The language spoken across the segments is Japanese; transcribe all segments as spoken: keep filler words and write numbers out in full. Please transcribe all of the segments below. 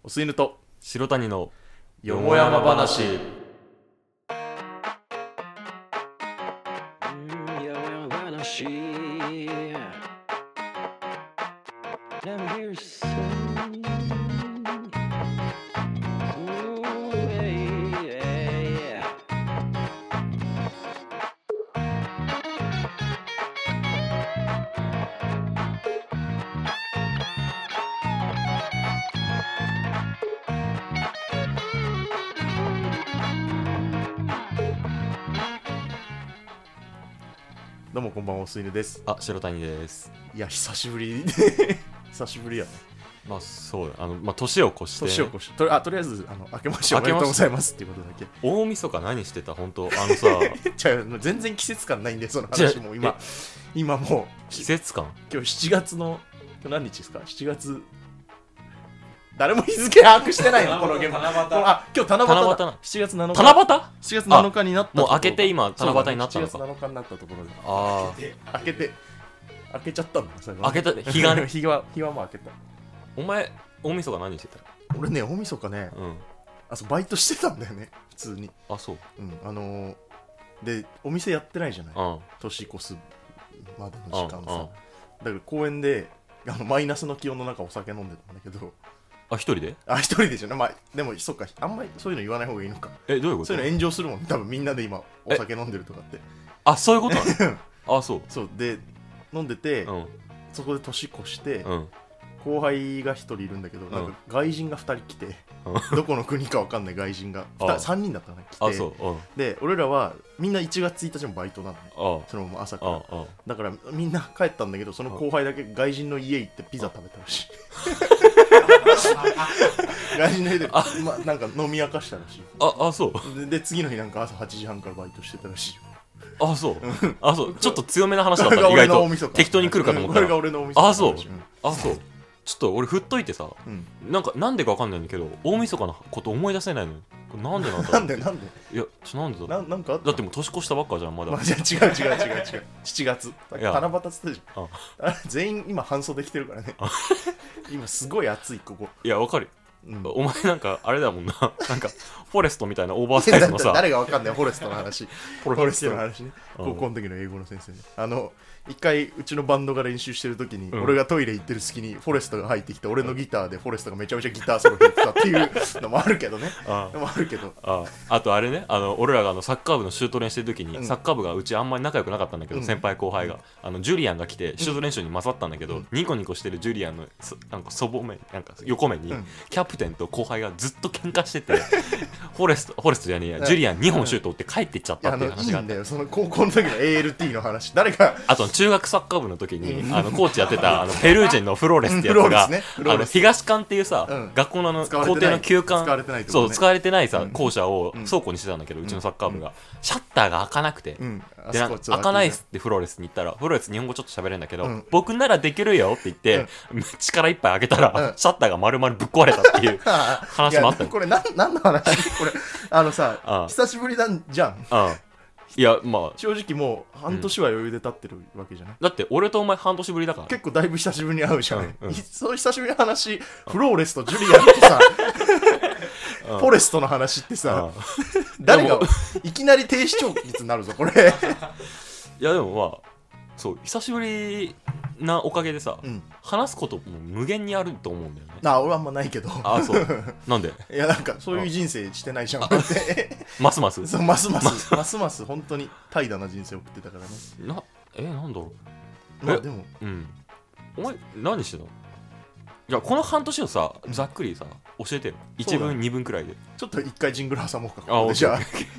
おすいぬと白谷のよもやま話。どうもこんばんは、おすいぬです。 あ、白谷です。 いや久しぶり久しぶりやね。 まあそうあのまあ年を越して年を越してと り, あとりあえずあの明けましておめでとうございますっていうことだけ。 大晦日何してた本当あのさじゃあ全然季節感ないんでその話も今今もう季節感今日しちがつの今日何日ですか。しちがつ誰も日付把握してないのこのゲーム。あ、今日七夕だ。 七夕しちがつなのか。 七夕しちがつなのかになったところ。 もう明けて今七夕になったのか。 しちがつなのかになったところで。 ああ、開けて開けちゃったんだ。それ開けた日がね日は日はもう開けた。 お前大晦日何してた俺ね、大晦日ね、 うんあ、そうバイトしてたんだよね普通に。 あ、そううんあのー、でお店やってないじゃない、 うん、 年越すまでの時間さ、 うんうん、 だから公園であのマイナスの気温の中お酒飲んでたんだけど。 あ、一人であ、一人でしょ、まあ、でもそっか、あんまりそういうの言わない方がいいのか。 え、どういうこと。 そういうの炎上するもんね、多分みんなで今お酒飲んでるとかって。 あ、そういうことなのあ、そうそうで飲んでて、 うん、 そこで年越して、 うん、 後輩が一人いるんだけど、なんか外人が二人来て、 うん、 どこの国かわかんない外人がさんにんだったのね、来て。 あ、そう、うん、 で俺らはみんないちがつついたちもバイトなのね、 あそのまま朝から。 あだからみんな帰ったんだけど、その後輩だけ外人の家行ってピザ食べたらしい外人の家で、ま、なんか飲み明かしたらしい。 あ、あ、そうで, で次の日なんか朝はちじはんからバイトしてたらしいよ。 あ、そうあ、そうちょっと強めな話だった意外と適当に来るかと思ったら、 これが俺の大晦日。 あ、そう、あ、そうちょっと俺振っといてさ、うん、なんかなんでかわかんないんだけど大晦日のこと思い出せないのよ。これなんでなんだろうなんでなんでいやちょなんでだななんかだってもう年越したばっかじゃんまだ、 まあ、じゃあ違う違う違う違うしちがつ七夕っつったじゃん。あ全員今半袖着てるからね今すごい暑いここ。 いやわかる、うん、お前なんかあれだもんななんかフォレストみたいなオーバーサイズのさ誰がわかんないフォレストの話フォレストの話ね、高校の時の英語の先生ね。あの一回うちのバンドが練習してる時に、うん、俺がトイレ行ってる隙にフォレストが入ってきて、俺のギターでフォレストがめちゃめちゃギターソロ弾いてたっていうのもあるけどねああもあるけどあ, あ, あとあれね、あの俺らがあのサッカー部のシュート練してる時に、うん、サッカー部がうちあんまり仲良くなかったんだけど、うん、先輩後輩があのジュリアンが来てシュート練習に混ざったんだけど、うん、ニコニコしてるジュリアンのなんかそぼめなんか横目に、うん、キャプテンと後輩がずっと喧嘩しててフォレストフォレストじゃねえや、ジュリアンにほんシュート打って帰っていっちゃったっていう話があって、いいんだよその高校の時の エーエルティー の話。誰かあと中学サッカー部の時にあのコーチやってたあのペルー人のフローレスってやつが、ね、あの東館っていうさ、うん、学校のあの校庭の休館使われてないとこ、ね、 そう使われてないさ、うん、校舎を倉庫にしてたんだけど、うん、うちのサッカー部が、うん、シャッターが開かなくて、うん、で開かないっすってフローレスに言ったら、フローレス日本語ちょっと喋れるんだけど、うん、僕ならできるよって言って、うん、力いっぱい開けたら、うん、シャッターが丸々ぶっ壊れたっていう話もあったよ。 これ何の話これあのさあ久しぶりなんじゃん。あいやまあ正直もう半年は余裕で経ってるわけじゃない、 うん、だって俺とお前半年ぶりだから、ね、 結構だいぶ久しぶりに会うじゃん、うんうん、そういう久しぶりの話、うん、フローレスとジュリアンとさフォレストの話ってさ誰がいきなり低視聴率になるぞこれいやでもまあそう久しぶりなおかげでさ、うん、話すことも無限にあると思うんだよね。 あ俺はあんまないけど。 あそうなんでいやなんかそういう人生してないじゃんってますますそうますますますます本当に怠惰な人生を送ってたからね。 なえなんだろう。 まあでもうんお前何してたの。いやこの半年をさざっくりさ教えてよ。いちぶんにぶんくらいで。 ちょっと一回ジングル挟もうか。あじゃあ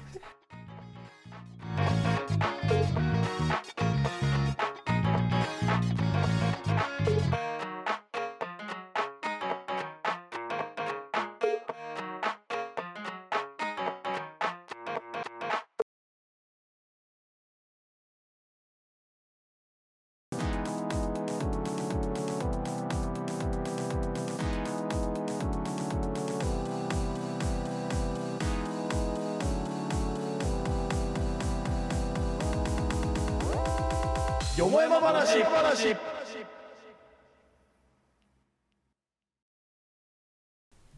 よもやま話。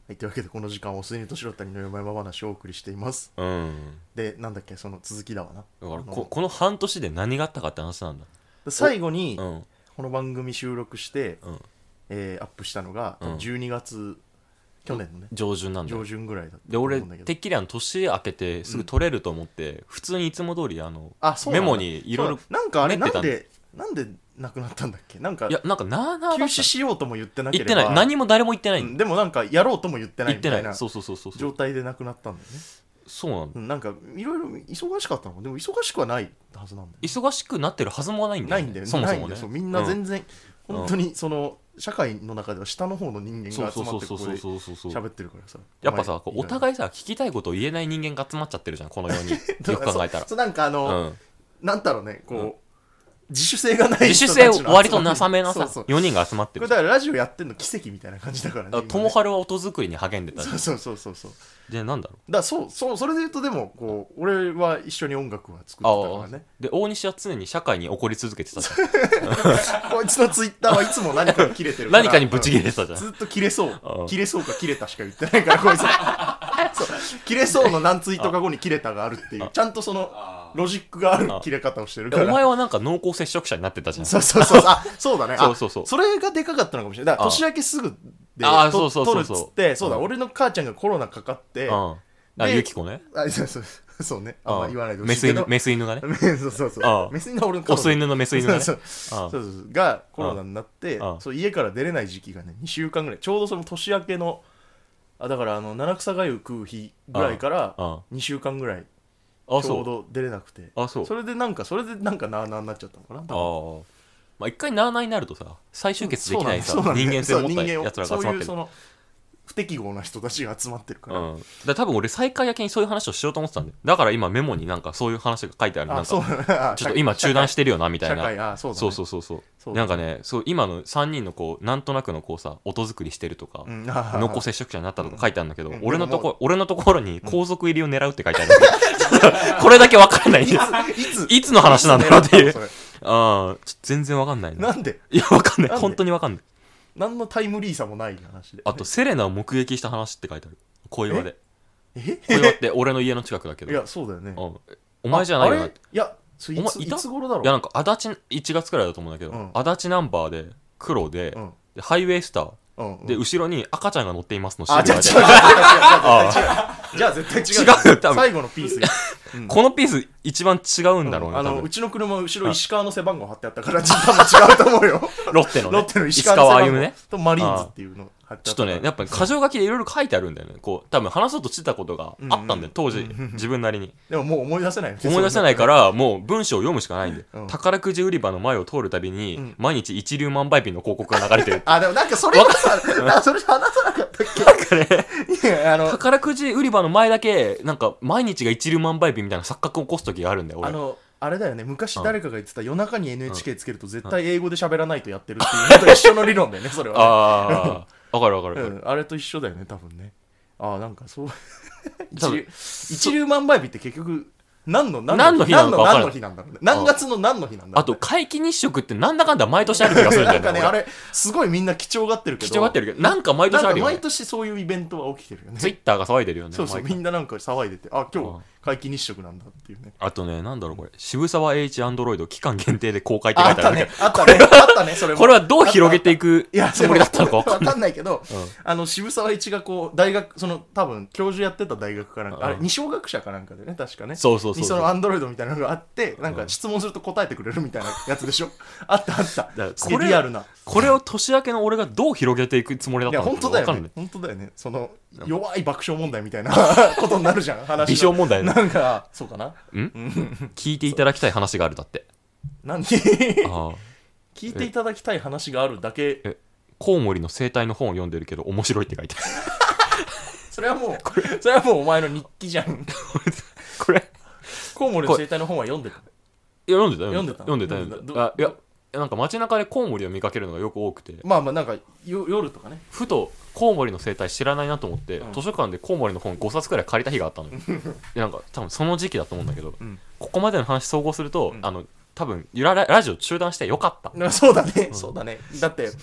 はい、というわけでこの時間はおすにとしろたにの山々話をお送りしています。 うん。 で、なんだっけ、その続きだわな。 だからここの半年で何があったかって話なんだ。 最後に、 うん、 この番組収録して、 うん、 えー、アップしたのが、うん、じゅうにがつ、去年のね上旬なんだ。 上旬ぐらいだったで、俺てっきりあの年明けてすぐ撮れると思って、うん、普通にいつも通りあのあメモにいろいろなんかあれなんでなんでなくなったんだっけ。なんかいやなんかなーなー休止しようとも言ってなければ言ってない。何も誰も言ってない、 うん、でもなんかやろうとも言ってないみたいな状態でなくなったんだよね。 そうなんだ。 なんかいろいろ忙しかったの。でも忙しくはないはずなんだよ。 忙しくなってるはずもないんだよね。 ないんだよね。 そもそもね。 そうみんな全然、うん、本当にその社会の中では下の方の人間が集まってここで喋ってるからさ。 やっぱさ、お互いさ聞きたいことを言えない人間が集まっちゃってるじゃんこの世に。よく考えたら。 そうなんかあの、うん、なんだろうねこう。うん自主性がない自主性割となさめなさよにんが集まってる。 これだからラジオやってんの奇跡みたいな感じだからね。 友春は音作りに励んでた。 そうそうそうそうそう。 でなんだろうだそうそうそれで言うとでもこう俺は一緒に音楽は作ってたからね。 で大西は常に社会に怒り続けてたじゃん。こいつのツイッターはいつも何かに切れてるから何かにブチ切れてたじゃん。 ずっと切れそう切れそうか切れたしか言ってないからこいつそう切れそうの何ツイートか後に切れたがあるっていうちゃんとそのロジックがある切れ方をしてるから。 お前はなんか濃厚接触者になってたじゃん。 そうそうそうあそうだね。 そうそうそう。 それがでかかったのかもしれない。だから年明けすぐであそうそう撮るっつってそうだ俺の母ちゃんがコロナかかってあゆきこね。 あそうそうそうね。あんま言わないでほしいけど。 メス犬がね。 そうそうそうメス犬は俺のオス犬のメス犬がね。 そうそうそうがコロナになってそう家から出れない時期がねにしゅうかんぐらいちょうどその年明けのあだからあの七草がゆ食う日ぐらいからにしゅうかんぐらいちょうど出れなくて、 あそうそれでなんかそれでなんかなあなあになっちゃったのかな。 あまあ一回なあなあになるとさ再集結できないさ人間性を持ったやつらが集まってる。 不適合な人たちが集まってるから、 うん、だ多分俺再開明けにそういう話をしようと思ってたんでだから今メモになんかそういう話が書いてある。なんかちょっと今中断してるよなみたいな。 あそうだ、 ね、そうそうそうそうそうなんかねそう今のさんにんのこうなんとなくのこうさ音作りしてるとか、うん、濃厚接触者になったとか書いてあるんだけど、うん、俺のとこ俺のところに皇族入りを狙うって書いてある、うん、これだけ分からない。いついつの話なんだろうっていう。ああ全然分かんないな。なんでいや分かんない本当に分かんない。 何のタイムリーさもない話で。 あとセレナを目撃した話って書いてある。小岩で。え小岩って俺の家の近くだけど。 いやそうだよね。 うん、お前じゃないよな。いやそれいついつ頃だろう。 いやなんか足立いちがつくらいだと思うんだけど、うん、足立ナンバーで黒で、うん、でハイウェイスター、うんうん、で後ろに赤ちゃんが乗っていますのシールがあじゃあ違うじゃあ絶対違う。 違う多分最後のピース、 うん、このピース一番違うんだろうね、 うん、あのうちの車後ろ石川の背番号貼ってあったから多分違うと思うよ。 ロッテのねロッテの石川の背番号ねとマリーンズっていうの貼ってあった。 ちょっとねやっぱり箇条書きでいろいろ書いてあるんだよね。こう多分話そうとしてたことがあったんだよ、うんうん、当時、うんうん、自分なりに。 でももう思い出せないよね。 思い出せないからもう文章を読むしかないんで、うん、宝くじ売り場の前を通るたびに、うん、毎日一粒万倍日の広告が流れてる。 あでもなんかそれはさそれ話さなかったっけ。なんかねいやあの宝くじ売り場の前だけなんか毎日が一粒万倍日みたいな錯覚を起こす時があるんだよ俺。 あのあれだよね昔誰かが言ってた夜中に エヌエイチケー つけると絶対英語で喋らないとやってるっていうのと一緒の理論だよねそれはね。 ああ分かる分かる、 うん、あれと一緒だよね多分ね。ああなんかそう一流一粒万倍日って結局何の何の日なのか分からない。 何の日なんだろうね。何月の何の日なんだろう、ね、 あと皆既日食ってなんだかんだ毎年ある気がするんだよね。 なんかねあれすごいみんな貴重がってるけど貴重がってるけどなんか毎年あるよね。 毎年そういうイベントは起きてるよね。 ツイッターが騒いでるよね。 そうそうみんななんか騒いでてあ今日皆既日食なんだっていうね。 あとねなんだろうこれ渋沢栄一アンドロイド期間限定で公開って書いてあるんだけどあったねあったねあったねそれもこれはどう広げていくつもりだったのか分かんないけど、うん、あの渋沢栄一がこう大学その多分教授やってた大学かなんか、うん、あれ二小学者かなんかでね確かね。 そうそうそうそう。 そのアンドロイドみたいなのがあってなんか質問すると答えてくれるみたいなやつでしょ。あったあった。これリアルなこれを年明けの俺がどう広げていくつもりだったのか。 いや本当だよね本当だよね。その弱い爆笑問題みたいなことになるじゃん話。 微笑問題ね。なんかそうかな。ん聞いていただきたい話があるだって。 何聞いていただきたい話があるだけ。 えコウモリの生態の本を読んでるけど面白いって書いてある。 それはもうそれはもうお前の日記じゃん。 これコウモリの生態の本は読んでた。 いや読んでた読んでた読んでた読んでた。あいやなんか街中でコウモリを見かけるのがよく多くてまあまあなんか夜とかねふとコウモリの生態知らないなと思って、うん、図書館でコウモリの本ごさつくらい借りた日があったのよ。なんか多分その時期だと思うんだけど、うん、ここまでの話総合すると、うん、あの多分ラジオ中断してよかった。 そうだね、うん、そうだね。だって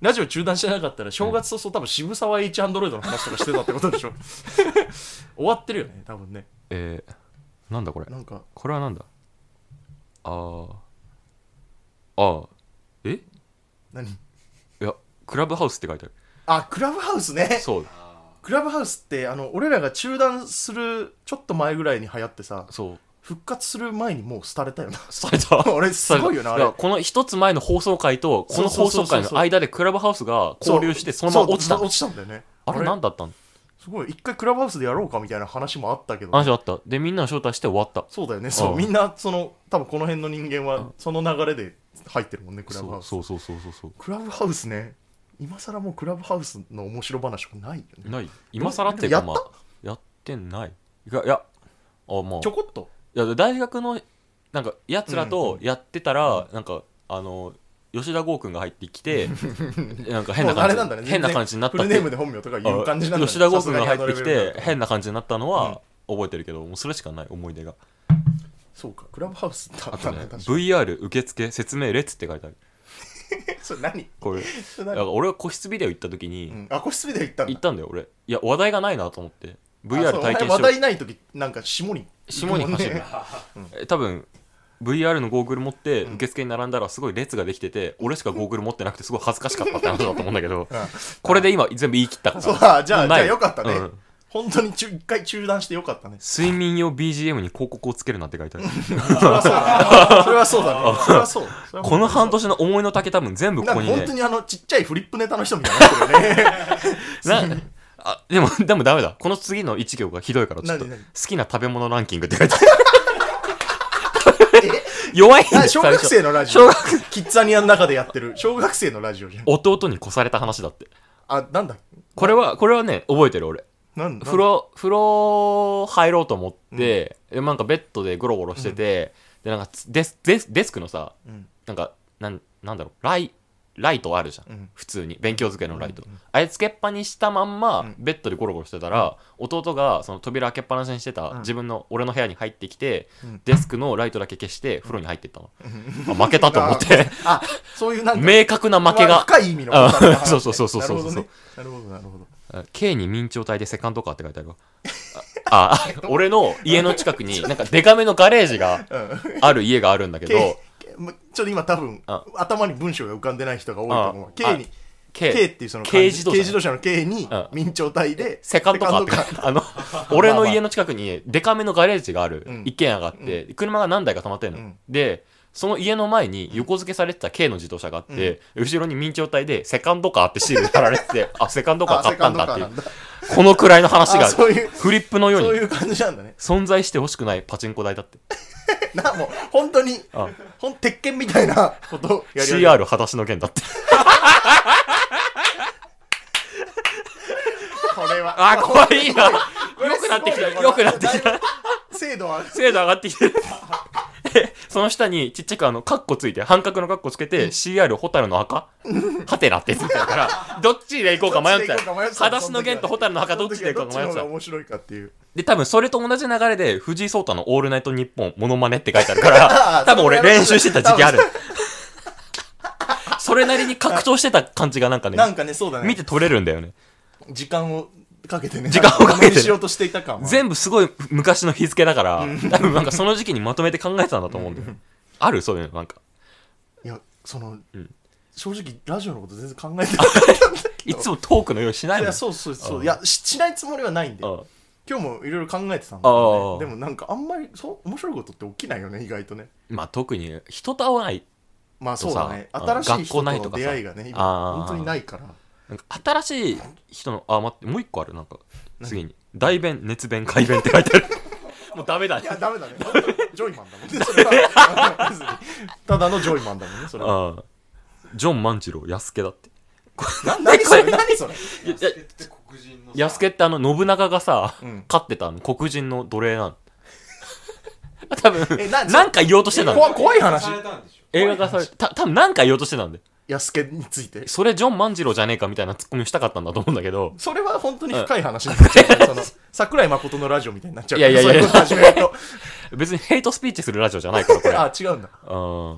ラジオ中断してなかったら正月早々多分渋沢 H アンドロイドの話とかしてたってことでしょ終わってるよね多分ね。 えー、なんだこれ、 なんかこれはなんだ、あーあーえ何、 いやクラブハウスって書いてある。 あ、クラブハウスね。 そうクラブハウスってあの俺らが中断するちょっと前ぐらいに流行ってさ、 そう復活する前にもう廃れたよなされた俺すごいよなあれ。 この一つ前の放送回とこの放送回の間でクラブハウスが交流してそのまま落ちた落ちたんだよね。 あれ何だったの。 すごい一回クラブハウスでやろうかみたいな話もあったけど、 話あったでみんなを招待して終わった。 そうだよね。そう、みんなその多分この辺の人間はその流れで入ってるもんね、クラブハウス。 そうそうそうそうそう。 クラブハウスね、今更もうクラブハウスの面白話がないよね。 ない今更っていうか、まあやってない。いやいやあまあちょこっといや大学のなんかやつらとやってたら、なんかあの吉田剛君が入ってきてなんか変な感じ、ね、変な感じになったって。 フルネームで本名とかいう感じなんだ、ね、 吉田剛君が入ってきて変な感じになったのは覚えてるけど、もうそれしかない思い出が。 そうか、クラブハウスってあとね ブイアール 受付説明列って書いてあるそれ何これだから俺は個室ビデオ行った時に、うん、 あ個室ビデオ行ったんだ行ったんだよ俺。いや話題がないなと思って ブイアール 体験しよう。 話題ない時なんか下に下に走る、うん、多分 ブイアール のゴーグル持って受付に並んだらすごい列ができてて、うん、俺しかゴーグル持ってなくてすごい恥ずかしかったって話だと思うんだけど、うん、これで今全部言い切ったから。 そうじゃあじゃあよかったね、うん、本当に一回中断してよかったね。 睡眠用 ビージーエム に広告をつけるなって書いてあるそれはそうだね。それはそうだね。 この半年の思いの丈多分全部ここにね、 本当にあのちっちゃいフリップネタの人みたいになってるよねなあでもでもダメだ、この次の一行がひどいからちょっと好きな食べ物ランキングって書いてある弱いんです。 小学生のラジオ、キッザニアの中でやってる小学生のラジオじゃん。 弟に越された話だって。 あ、なんだこれはこれはね覚えてる俺。 なん風呂風呂入ろうと思って、うん、なんかベッドでゴロゴロしてて、うん、でなんかデスデスデスクのさ、うん、なんかなんなんだろうライライトあるじゃん、うん、普通に勉強机のライト、うんうん、あれつけっぱにしたまんま、うん、ベッドでゴロゴロしてたら、うん、弟がその扉開けっぱなしにしてた、うん、自分の俺の部屋に入ってきて、うん、デスクのライトだけ消して風呂に入ってったの、うん、あ負けたと思ってあそういうなんか明確な負けが深い意味のことだ、ね、 そうそうそうそうそうそうなるほどなるほど。 K に明朝体でセカンドカーって書いてあるわああ俺の家の近くになんかデカめのガレージがある家があるんだけど、 ちょっと今多分頭に文章が浮かんでない人が多いと思う。 K に K, K っていうその軽自動車、 軽自動車の K に明朝体でセカンドカーってあの俺の家の近くにデカめのガレージがある一軒家があって、うん、車が何台か止まってるの、うん、でその家の前に横付けされてた K の自動車があって、うん、後ろに明朝体でセカンドカーってシール貼られててあセカンドカー買ったんだっていうこのくらいの話がフリップのようにそういう感じなんだね。 存在してほしくないパチンコ台だってなもう本当にあほん鉄拳みたいなことをやり シーアール 裸足の剣だってこれはあ怖いなよくなってきたよくなってきた精度は精度上がってきてるその下にちっちゃくあのカッコついて半角のカッコつけて シーアール ホタルの墓ハテナってついてるからどっちで行こうか迷ってた。裸足の弦とホタルの墓どっちで行こうか迷ってた。 どっちの方が面白いかっていう。 で多分それと同じ流れで藤井聡太のオールナイトニッポンモノマネって書いてあるから多分俺練習してた時期あるそれなりに格闘してた感じがなんかねなんかねそうだね見て取れるんだよね。 時間をかけてね時間をかけて、ね、 しようとしていた感は全部すごい昔の日付だから多分なんかその時期にまとめて考えてたんだと思うんだよあるそういうのなんかいやその、うん、正直ラジオのこと全然考えてないいつもトークの用意しないもん。 いやそうそうそういや し, しないつもりはないんで今日もいろいろ考えてたんだけど、ね、でもなんかあんまりそう面白いことって起きないよね意外とね。 まあ特に人と会わないまあそうだね新しい人との出会いがね今本当にないからなんか新しい人のあ待ってもう一個あるなんか次に代弁熱弁改弁って書いてあるもうダメだね。 いやダメだねジョイマンだもんねそれはただのジョイマンだもんねそれは。あジョン万次郎安家だってな何それ何それ安家ってあの信長がさ、うん、飼ってた黒人の奴隷なん多分えななんか言おうとしてたんだ。 怖い話映画化された多分なんか言おうとしてたんで安家についてそれジョン万次郎じゃねえかみたいなツッコミをしたかったんだと思うんだけどそれは本当に深い話になっちゃう、うん、その桜井誠のラジオみたいになっちゃう。いやいやいや別にヘイトスピーチするラジオじゃないからこれあ違うんだ。 うん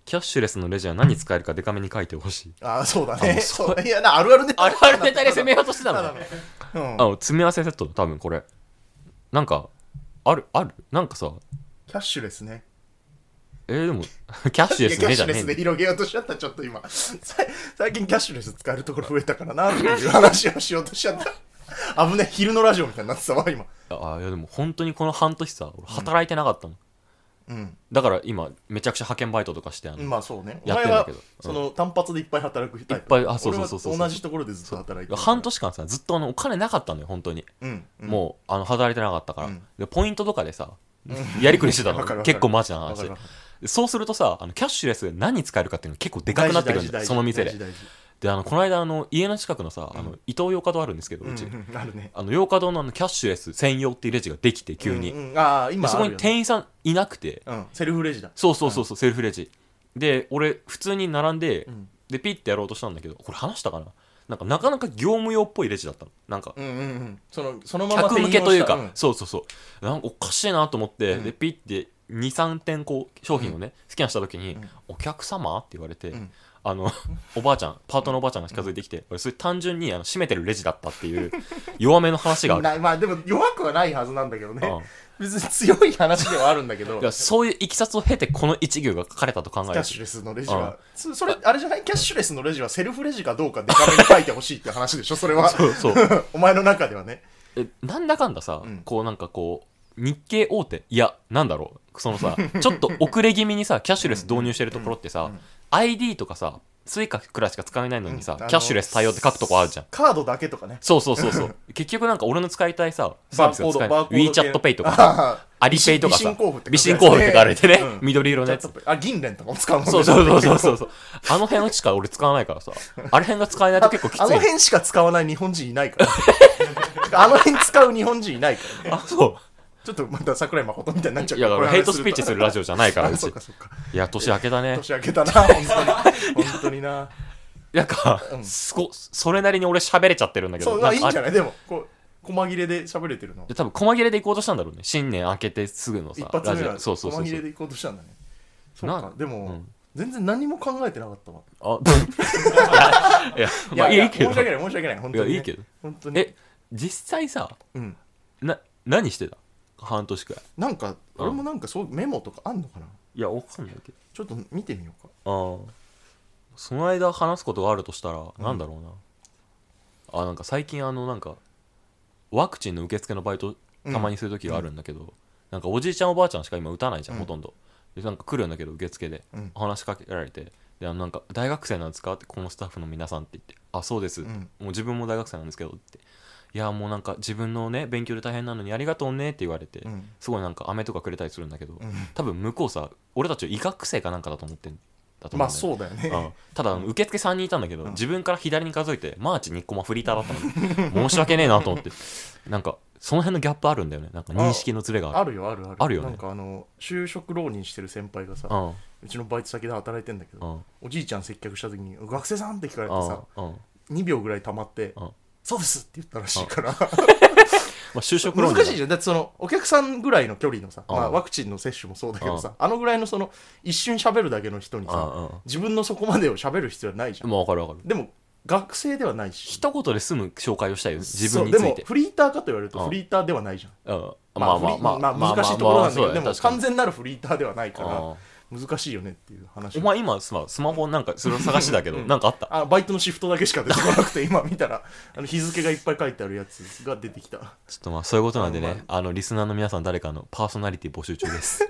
キャッシュレスのレジは何に使えるかデカめに書いてほしい。 ああそうだね。 あそういやな、あるあるネタあるあるネタで攻めようとしてたのね。 うん、 あの詰め合わせセット多分これなんかあるあるなんかさキャッシュレスね。 えー、でもキャッシュレスねじゃねえキャッシュレスで広げようとしちゃった。ちょっと今最近キャッシュレス使えるところ増えたからなっていう話をしようとしちゃった危ね、昼のラジオみたいになってたわ今。 あいやでも本当にこの半年さ俺働いてなかったの、 うん、 だから今めちゃくちゃ派遣バイトとかしてあの、 まあそうね、 やってんだけど、 お前はその単発でいっぱい働くタイプ。 いっぱいあそうそうそうそう俺は同じところでずっと働いてる。 半年間さずっとあのお金なかったのよ本当に、 うんうん、 もうあの働いてなかったから、 うん、 でポイントとかでさやりくりしてたの結構マジな話。そうするとさあのキャッシュレスで何に使えるかっていうのが結構でかくなってくるんだよその店で。であのこの間あの家の近くのさ、うん、あの伊東洋華堂あるんですけどうち、うんうんあるね、あの洋華堂のあのキャッシュレス専用っていうレジができて急に、うんうん、あ今そこに店員さんいなくて、 うん、セルフレジだ。 そうそうそうそう、うん、セルフレジで俺普通に並んで、うん、でピッてやろうとしたんだけどこれ話したかななんかなかなか業務用っぽいレジだったのなんか、うんうんうん、そのそのまま客向けというか、うん、そうそうそうなんかおかしいなと思って、うん、でピッて にさんてんこう商品をね、うん、スキャンした時に、うん、お客様って言われて、うんあのおばあちゃんパートのおばあちゃんが近づいてきて、うん、俺それ単純にあの閉めてるレジだったっていう弱めの話があるまあでも弱くはないはずなんだけどね、うん、別に強い話ではあるんだけどいやそういういきさつを経てこの一行が書かれたと考えるキャッシュレスのレジは、うん、それあれじゃないキャッシュレスのレジはセルフレジかどうかデカめに書いてほしいって話でしょそれはそうそうお前の中ではねえなんだかんださ、うん、こうなんかこう日系大手いやなんだろうそのさちょっと遅れ気味にさキャッシュレス導入してるところってさ、うんうんうん、アイディー とかさスイカくらいしか使えないのにさ、うん、キャッシュレス対応って書くとこあるじゃんカードだけとかねそうそうそうそう結局なんか俺の使いたいさサービスが使えない WeChatPay とかさアリペイとかさ微信交付って書かれてね、うん、緑色のやつあ銀連とかも使うもんねそうそうそうそうそうあの辺しか俺使わないからさあれ辺が使えないと結構きつい あ, あの辺しか使わない日本人いないからあの辺使う日本人いないからねあそうちょっとまた桜井誠みたいになっちゃういやヘイトスピーチするラジオじゃないからうちいや年明けたね年明けたな本当に本当にななんか、うん、すごそれなりに俺喋れちゃってるんだけどそういいんじゃないでもこう細切れで喋れてるの多分細切れで行こうとしたんだろうね新年明けてすぐのさ一発目はそうそうそう細切れで行こうとしたんだねそうかでも、うん、全然何も考えてなかったわあいやいや、まあ、いいけど申し訳ない申し訳ない本当に、ね、 いやいいけど本当にえ実際さ、うん、な何してた半年くらいなんか俺もなんかそうメモとかあんのかな。 いやわかんないけどちょっと見てみようか。 ああその間話すことがあるとしたら、うん、なんだろうなあなんか最近あのなんかワクチンの受付のバイトたまにする時があるんだけど、うん、なんかおじいちゃんおばあちゃんしか今打たないじゃん、うん、ほとんどでなんか来るんだけど受付で、うん、話しかけられてであのなんか大学生なんですかってこのスタッフの皆さんって言ってあそうです、うん、もう自分も大学生なんですけどっていやもうなんか自分のね勉強で大変なのにありがとうねって言われて、うん、すごいなんか飴とかくれたりするんだけど、うん、多分向こうさ俺たち医学生かなんかだと思ってんだと思うんだよね。 まあそうだよね、 うん、ただ受付さんにんいたんだけど、うん、自分から左に数えてマーチにコマフリーターだったの申し訳ねえなと思ってなんかその辺のギャップあるんだよねなんか認識のズレがあるあるよあるあるあるよね。 なんかあの就職浪人してる先輩がさ、うん、うちのバイト先で働いてんだけど、うん、おじいちゃん接客した時に学生さんって聞かれてさ、うん、にびょうぐらい溜まって、うん、そうですって言ったらしいからまあ就職論難しいじゃん。だってそのお客さんぐらいの距離のさ、まあ、ワクチンの接種もそうだけどさ、あのぐらいのその一瞬喋るだけの人にさ、自分のそこまでを喋る必要はないじゃん。 まあ分かる分かる。 でも学生ではないし一言で済む紹介をしたいよ自分について。 でもフリーターかと言われるとフリーターではないじゃん。 うんまあまあまあ、 まあ、難しいところなんだけど、でも完全なるフリーターではないから難しいよねっていう話。 お前今スマ、スマホなんかそれを探しだけど、うん、なんかあった？ あバイトのシフトだけしか出てこなくて今見たらあの日付がいっぱい書いてあるやつが出てきた。ちょっとまあそういうことなんでね、あのリスナーの皆さん誰かのパーソナリティ募集中です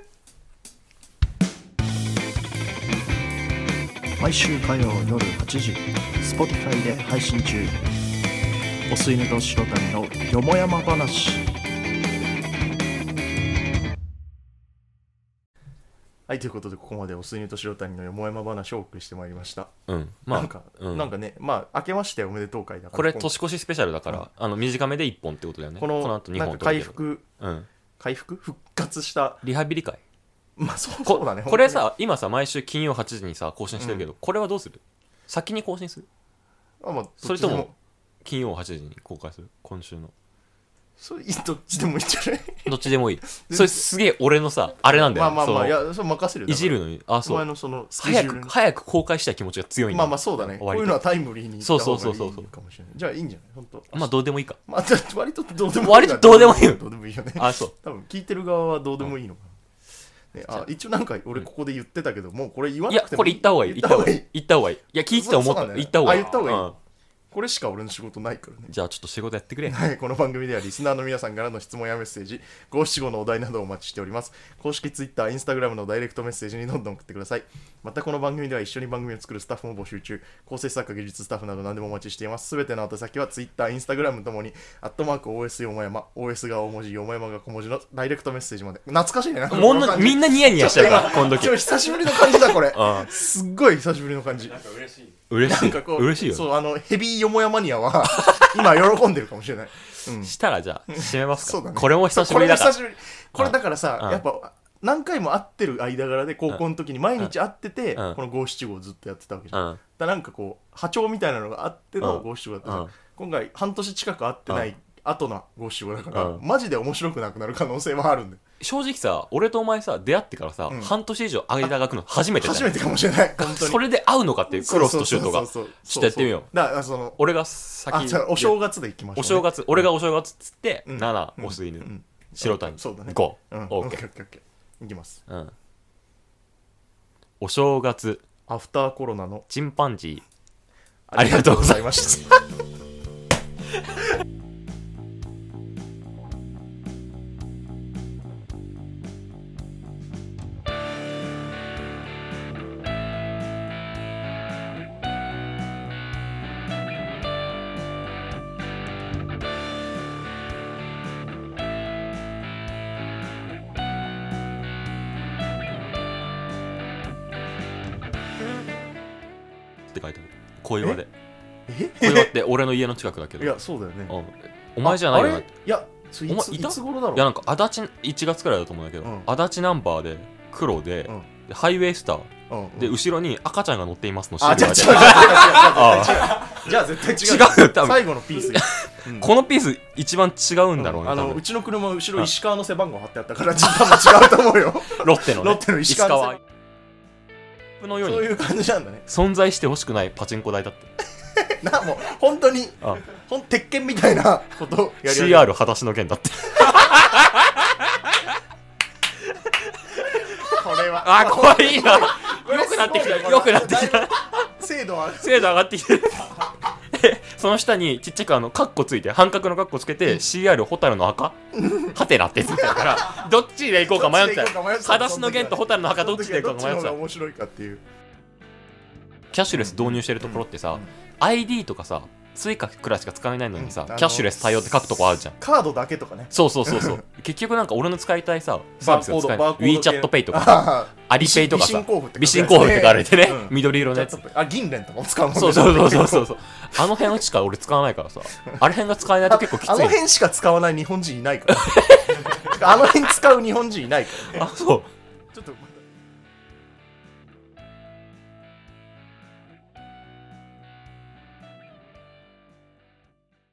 毎週火曜夜はちじ Spotify で配信中。お吸い寝と白谷のよもやま話。はいということでここまでお吸い寝と白谷のよもやま話をお送りしてまいりました。 うんまあなんか、うん、なんかねまあ明けましておめでとう会だからこれ年越しスペシャルだから、うん、あの短めでいっぽんってことだよね。 このこの後にほんなんか回復、うん、回復復活したリハビリ会。 まあそうそうだね。 こ, これさ今さ毎週金曜はちじにさ更新してるけど、うん、これはどうする？先に更新する？ あ、まあ、 それとも金曜はちじに公開する？今週のそれどっちでもいいんじゃない？ どっちでもいい。それすげえ俺のさあれなんだよ。 まあまあまあ、いそやそれ任せるよ。 のいじるのに、あ、そお前う。 のその早く早く公開したい気持ちが強いんだ。 まあまあそうだね。こういうのはタイムリーに言った方がいいかもしれない。じゃあいいんじゃない？本当。 まあどうでもいいか。 まあ割とどうでもいい。 割とどうでもいいよ。 どうでもいいよね。 あ、そう。 多分聞いてる側はどうでもいいのかな。ね、あ一応なんか俺ここで言ってたけど、もうこれ言わいやなくてもこれ言った方がいい。言った方がいい。言った方がいい。いや聞いてて思った。 そうそうなんだよね言った方がいい。 あ言った方がいいうんこれしか俺の仕事ないからね。 じゃあちょっと仕事やってくれ。 はい、この番組ではリスナーの皆さんからの質問やメッセージ、ご七五のお題などをお待ちしております。公式 Twitter、Instagram のダイレクトメッセージにどんどん送ってください。またこの番組では一緒に番組を作るスタッフも募集中、構成作家、技術スタッフなど何でもお待ちしています。すべての宛先は Twitter、Instagram ともに、アットマーク オーエス よもやま、オーエス が大文字、よもやまが小文字のダイレクトメッセージまで。懐かしいね。なんかもうなみんなニヤニヤしちゃうから、この時。 ちょ久しぶりの感じだ、これ。 うんすっごい久しぶりの感じ。 なんか嬉しい。 嬉しい。 なんかこう嬉しいよ。 そう、あの、ヘビーよもやマニアは、今喜んでるかもしれない。うん。 したらじゃあ締めますか。 そうだねこれも久しぶりだから。 これも久しぶりこれだからさ、 うんやっぱ何回も会ってる間柄で高校の時に毎日会ってて、 うんこの五七五をずっとやってたわけじゃん、 うん。 だからなんかこう波長みたいなのがあってのうん五七五だったじゃん、 うん今回半年近く会ってない後の五七五だから、 うんマジで面白くなくなる可能性はあるんだよ。 正直さ、俺とお前さ、出会ってからさ、 うん半年以上間が空くの初めてじゃん。 初めてかもしれない本当に。 それで合うのかっていうクロスとシュートが。 そうそうそうそうちょっとやってみようだからその俺が先あじゃあお正月で行きましょう、ね、 お正月、俺がお正月っつって、 うんななオス犬、 うん白谷、 そうだねご、 うんオーケー。 オッケーオッケーオッケーいきます。 うん。お正月、 アフターコロナのチンパンジー、ありがとうございました。って書いてある。小岩で。 え小岩って俺の家の近くだけど。 いやそうだよね。 うんお前じゃないよな。 ああれいやそいつお前いたいつ頃だろう。 いやなんか足立いちがつくらいだと思うんだけど、 うん足立ナンバーで黒で、 うんでハイウェイスターうんうんで後ろに赤ちゃんが乗っていますのシールあじゃが出てあ違う違う違う違うじゃあ絶対違う違うよ多分最後のピースうんこのピース一番違うんだろうね、 あの多分うちの車後ろ石川の背番号貼ってあったからちょっと多分違うと思うよロッテの、ね、 ロッテの石川の石川のようにそういう感じなんだね存在してほしくないパチンコ台だってなもう本当にあほん鉄拳みたいなことをやり始めシーアール 裸足の剣だってこれはあ怖いなよくなってきたよくなってきた精度は精度上がってきてるでその下にちっちゃくあのカッコついて半角のカッコつけて シーアール ホタルの墓ハテナってついてるからどっちで行こうか迷ってた裸足の剣とホタルの墓どっちで行こうか迷ってたどっちの方が面白いかっていうキャッシュレス導入してるところってさ、 うんアイディー とかさスイカくらいしか使えないのにさ、 うんあのキャッシュレス対応って書くとこあるじゃんカードだけとかねそうそうそうそう結局なんか俺の使いたいさサービスが使えないバーコード WeChat ペイとかあアリペイとかさ備品交付って備品交付って書かれてね、 うん緑色のやつあ銀連とかも使うもんねそうそうそうそうそうそうあの辺しか俺使わないからさあれ辺が使えないと結構きついあの辺しか使わない日本人いないからあの辺使う日本人いないからねあそうちょっと